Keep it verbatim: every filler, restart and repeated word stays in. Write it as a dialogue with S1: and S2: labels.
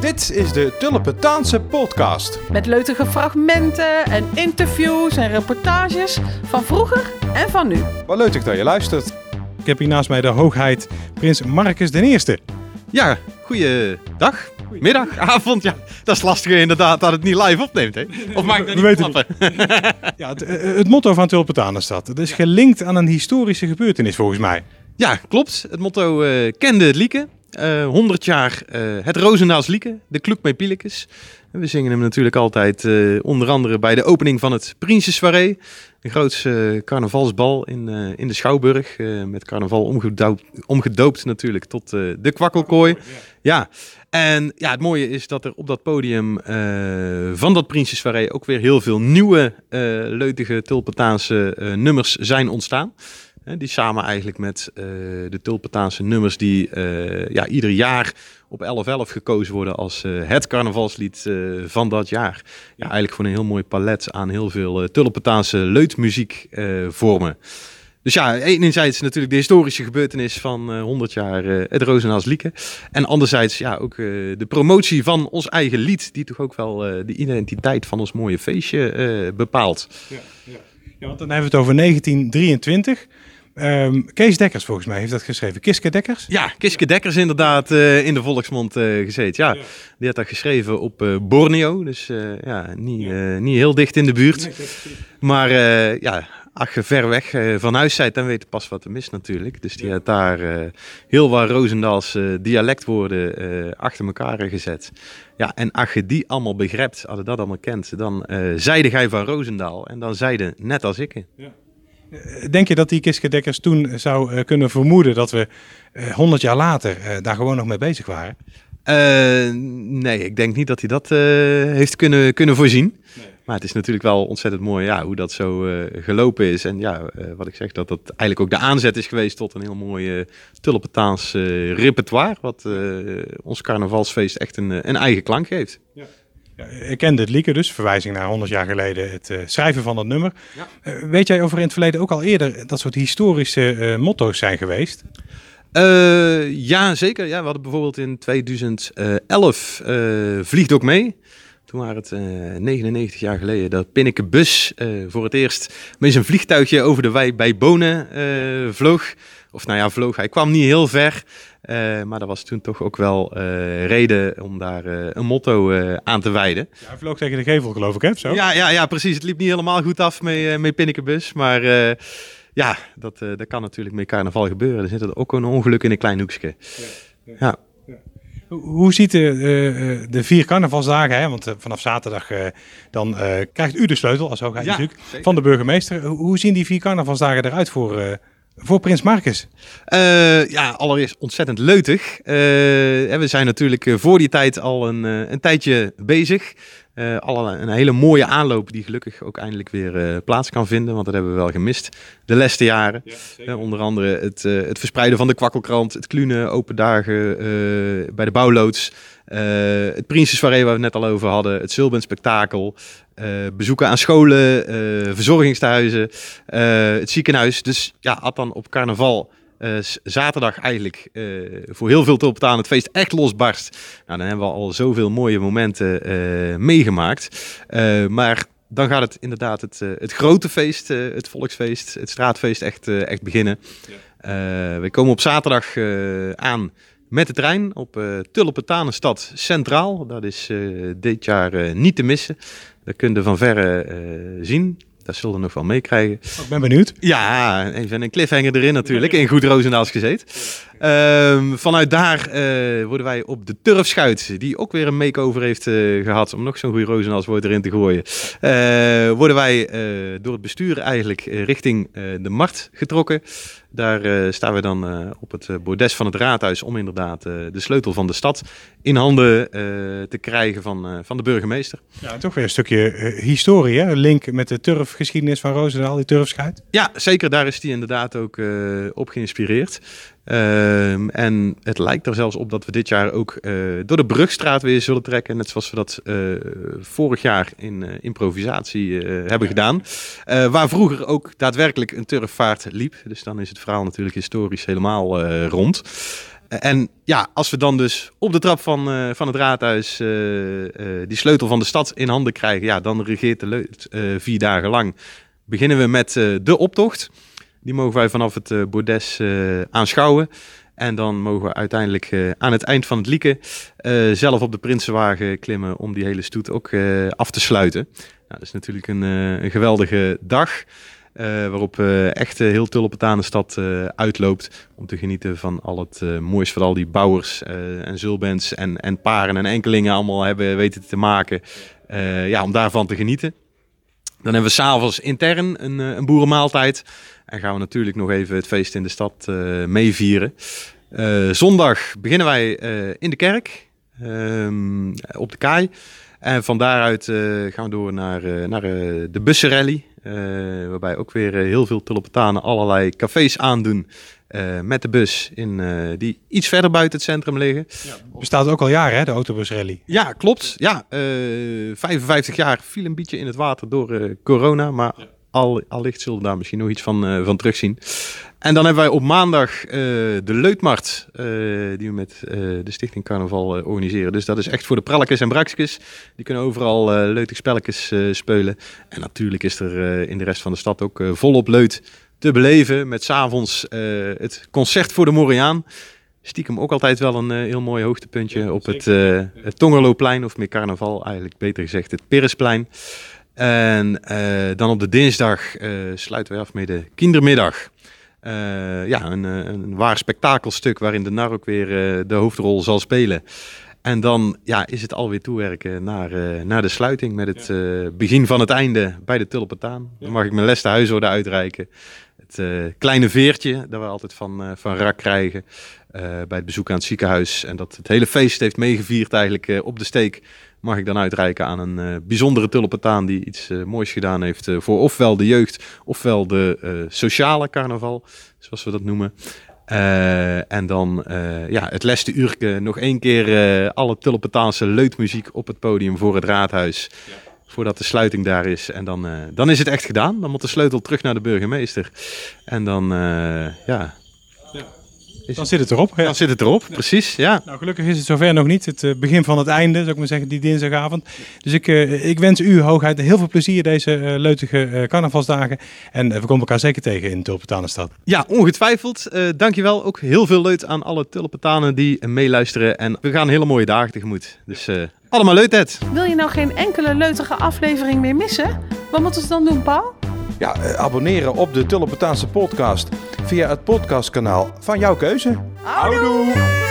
S1: Dit is de Tulpentaanse podcast.
S2: Met leutige fragmenten en interviews en reportages van vroeger en van nu.
S1: Wat leuk dat je luistert.
S3: Ik heb hier naast mij de hoogheid Prins Marcus de Eerste.
S4: Ja, goeiedag, middag, avond. Ja, dat is lastig inderdaad dat het niet live opneemt. Hè? Of mag ik dat
S3: We
S4: niet
S3: weten
S4: klappen?
S3: Ja, het, het motto van Tulpentanenstad. Het is gelinkt aan een historische gebeurtenis volgens mij.
S4: Ja, klopt. Het motto uh, kende het lieke. Uh, honderd jaar uh, het Roosendaals lieke, de Kloek met Pielekes. We zingen hem natuurlijk altijd uh, onder andere bij de opening van het Prinsjessoirée. Een grootste uh, carnavalsbal in, uh, in de Schouwburg. Uh, met carnaval omgedoopt, omgedoopt natuurlijk tot uh, de kwakkelkooi. Ja, en ja, het mooie is dat er op dat podium uh, van dat Prinsjessoirée ook weer heel veel nieuwe, uh, leutige Tulpentaanse uh, nummers zijn ontstaan. Die samen eigenlijk met uh, de Tulpentaanse nummers die uh, ja, ieder jaar op elf elf gekozen worden als uh, het carnavalslied uh, van dat jaar. Ja, eigenlijk gewoon een heel mooi palet aan heel veel uh, Tulpentaanse leutmuziek uh, vormen. Dus ja, enerzijds natuurlijk de historische gebeurtenis van uh, honderd jaar uh, het Roosendaals lieke. En anderzijds ja, ook uh, de promotie van ons eigen lied, die toch ook wel uh, de identiteit van ons mooie feestje uh, bepaalt.
S3: Ja, ja. Ja, want dan hebben we het over negentien drieëntwintig. Um, Kees Dekkers volgens mij heeft dat geschreven. Kiske Dekkers?
S4: Ja, Kiske Dekkers inderdaad uh, in de volksmond uh, gezeten. Ja, ja, die had dat geschreven op uh, Borneo. Dus uh, ja, niet, uh, niet heel dicht in de buurt. Nee, maar uh, ja, als je ver weg uh, van huis zijt, dan weet je pas wat er mis natuurlijk. Dus die ja. had daar uh, heel wat Roosendaals uh, dialectwoorden uh, achter elkaar gezet. Ja, en als je die allemaal begrijpt, als je dat allemaal kent, dan uh, zeide gij van Roosendaal. En dan zeide net als ik.
S3: Ja. Denk je dat die Kiske Dekkers toen zou uh, kunnen vermoeden dat we honderd uh, jaar later uh, daar gewoon nog mee bezig waren?
S4: Uh, nee, ik denk niet dat hij dat uh, heeft kunnen, kunnen voorzien. Nee. Maar het is natuurlijk wel ontzettend mooi ja, hoe dat zo uh, gelopen is. En ja, uh, wat ik zeg, dat dat eigenlijk ook de aanzet is geweest tot een heel mooi uh, Tulpentaans uh, repertoire. Wat uh, ons carnavalsfeest echt een, een eigen klank geeft.
S3: Ja. Ja, ik kende het lieke dus, verwijzing naar honderd jaar geleden, het uh, schrijven van dat nummer. Ja. Uh, weet jij of er in het verleden ook al eerder dat soort historische uh, motto's zijn geweest?
S4: Uh, ja, zeker. Ja, we hadden bijvoorbeeld in tweeduizend elf uh, Vliegt ook mee. Toen waren het uh, negenennegentig jaar geleden dat Pinneke Bus uh, voor het eerst met zijn vliegtuigje over de wei bij Bonen uh, vloog. Of nou ja, vloog. Hij kwam niet heel ver. Uh, maar dat was toen toch ook wel uh, reden om daar uh, een motto uh, aan te wijden.
S3: Ja, hij vloog tegen de gevel geloof ik, hè? Zo?
S4: Ja, ja, ja, precies. Het liep niet helemaal goed af met, uh, met Pinneke Bus. Maar uh, ja, dat, uh, dat kan natuurlijk met carnaval gebeuren. Er zit er ook een ongeluk in een klein hoekje. Ja, ja. ja.
S3: Ja. Hoe ziet de, uh, de vier carnavalsdagen, hè? Want uh, vanaf zaterdag uh, dan uh, krijgt u de sleutel als hoogheid ja, natuurlijk, zeker. Van de burgemeester. Hoe zien die vier carnavalsdagen eruit voor, uh, voor Prins Marcus?
S4: Uh, ja, allereerst ontzettend leutig. Uh, we zijn natuurlijk uh, voor die tijd al een, uh, een tijdje bezig. Uh, al een hele mooie aanloop die gelukkig ook eindelijk weer uh, plaats kan vinden. Want dat hebben we wel gemist de laatste jaren. Ja, uh, onder andere het, uh, het verspreiden van de kwakkelkrant, het klunen, open dagen uh, bij de bouwloods. Uh, het Prinsjessoirée waar we het net al over hadden. Het Zulbend-spektakel. Uh, bezoeken aan scholen, uh, verzorgingstehuizen, uh, het ziekenhuis. Dus ja, had dan op carnaval uh, zaterdag eigenlijk uh, voor heel veel Tulpentanen het feest echt losbarst. Nou, dan hebben we al zoveel mooie momenten uh, meegemaakt. Uh, maar dan gaat het inderdaad het, uh, het grote feest, uh, het volksfeest, het straatfeest echt, uh, echt beginnen. Ja. Uh, we komen op zaterdag uh, aan met de trein op uh, Tulpentanenstad Centraal. Dat is uh, dit jaar uh, niet te missen. Dat kun je van verre uh, zien. Dat zullen we nog wel meekrijgen.
S3: Ik ben benieuwd.
S4: Ja, even een cliffhanger erin natuurlijk. In goed Roosendaals gezeten. Um, vanuit daar uh, worden wij op de Turfschuit, die ook weer een makeover heeft uh, gehad, om nog zo'n goede Roosendaals woord erin te gooien, uh, worden wij uh, door het bestuur eigenlijk uh, richting uh, de markt getrokken. Daar uh, staan we dan uh, op het uh, bordes van het raadhuis om inderdaad uh, de sleutel van de stad in handen uh, te krijgen van, uh, van de burgemeester.
S3: Ja, toch weer een stukje uh, historie, hè? Link met de turfgeschiedenis van Roosendaal, die Turfschuit.
S4: Ja, zeker. Daar is die inderdaad ook uh, op geïnspireerd. Um, en het lijkt er zelfs op dat we dit jaar ook uh, door de Brugstraat weer zullen trekken. Net zoals we dat uh, vorig jaar in uh, improvisatie uh, hebben ja. gedaan. Uh, waar vroeger ook daadwerkelijk een turfvaart liep. Dus dan is het verhaal natuurlijk historisch helemaal uh, rond. En ja, als we dan dus op de trap van, uh, van het raadhuis uh, uh, die sleutel van de stad in handen krijgen, ja, dan regeert de leut uh, vier dagen lang. Beginnen we met uh, de optocht. Die mogen wij vanaf het uh, bordes uh, aanschouwen. En dan mogen we uiteindelijk uh, aan het eind van het lieken uh, zelf op de Prinsenwagen klimmen om die hele stoet ook uh, af te sluiten. Nou, dat is natuurlijk een, uh, een geweldige dag. Uh, waarop uh, echt uh, heel Tulpentanenstad uh, uitloopt om te genieten van al het uh, moois van al die bouwers uh, en zulbands en, en paren en enkelingen allemaal hebben weten te maken. Uh, ja, om daarvan te genieten. Dan hebben we s'avonds intern een, een boerenmaaltijd. En gaan we natuurlijk nog even het feest in de stad uh, meevieren. Uh, zondag beginnen wij uh, in de kerk, uh, op de kaai. En van daaruit uh, gaan we door naar, uh, naar uh, de bussenrally. Uh, waarbij ook weer uh, heel veel Tulpentanen allerlei cafés aandoen. Uh, met de bus in, uh, die iets verder buiten het centrum liggen.
S3: Ja, bestaat ook al jaren, hè, de autobusrally?
S4: Ja, klopt. Ja, uh, vijfenvijftig jaar viel een beetje in het water door uh, corona. Maar ja. al, allicht zullen we daar misschien nog iets van, uh, van terugzien. En dan hebben wij op maandag uh, de Leutmarkt, uh, die we met uh, de Stichting Carnaval uh, organiseren. Dus dat is echt voor de prallekes en brakskes. Die kunnen overal uh, leutig spelletjes uh, spelen. En natuurlijk is er uh, in de rest van de stad ook uh, volop leut te beleven. Met 's avonds uh, het concert voor de Moriaan. Stiekem ook altijd wel een uh, heel mooi hoogtepuntje ja, op het, uh, het Tongerloopplein. Of meer carnaval, eigenlijk beter gezegd het Pirisplein. En uh, dan op de dinsdag uh, sluiten we af met de kindermiddag. Uh, ja, een, een waar spektakelstuk waarin de nar ook weer uh, de hoofdrol zal spelen. En dan ja, is het alweer toewerken naar, uh, naar de sluiting met het uh, begin van het einde bij de Tulpentaan. Ja. Dan mag ik mijn les de huisorde uitreiken. Het uh, kleine veertje dat we altijd van, uh, van Rak krijgen uh, bij het bezoek aan het ziekenhuis. En dat het hele feest heeft meegevierd eigenlijk uh, op de steek. Mag ik dan uitreiken aan een uh, bijzondere Tulpentaan die iets uh, moois gedaan heeft uh, voor ofwel de jeugd ofwel de uh, sociale carnaval, zoals we dat noemen. Uh, en dan uh, ja, het laatste uurtje nog één keer uh, alle Tulpentaanse leutmuziek op het podium voor het raadhuis. Ja. Voordat de sluiting daar is. En dan, uh, dan is het echt gedaan. Dan moet de sleutel terug naar de burgemeester. En dan, uh, ja...
S3: Is dan zit het erop. Ja.
S4: Dan zit het erop, ja. Precies. Ja.
S3: Nou, gelukkig is het zover nog niet. Het uh, begin van het einde, zou ik maar zeggen, die dinsdagavond. Dus ik, uh, ik wens u hoogheid heel veel plezier deze uh, leutige uh, carnavalsdagen. En uh, we komen elkaar zeker tegen in Tulpentanenstad.
S4: Ja, ongetwijfeld. Uh, dankjewel. Ook heel veel leut aan alle Tulpentanen die meeluisteren. En we gaan hele mooie dagen tegemoet. Dus uh, allemaal leut het.
S2: Wil je nou geen enkele leutige aflevering meer missen? Wat moeten ze dan doen, Paul?
S1: Ja, uh, abonneren op de Tulpentaanse podcast via het podcastkanaal van jouw keuze.
S2: Houdoe!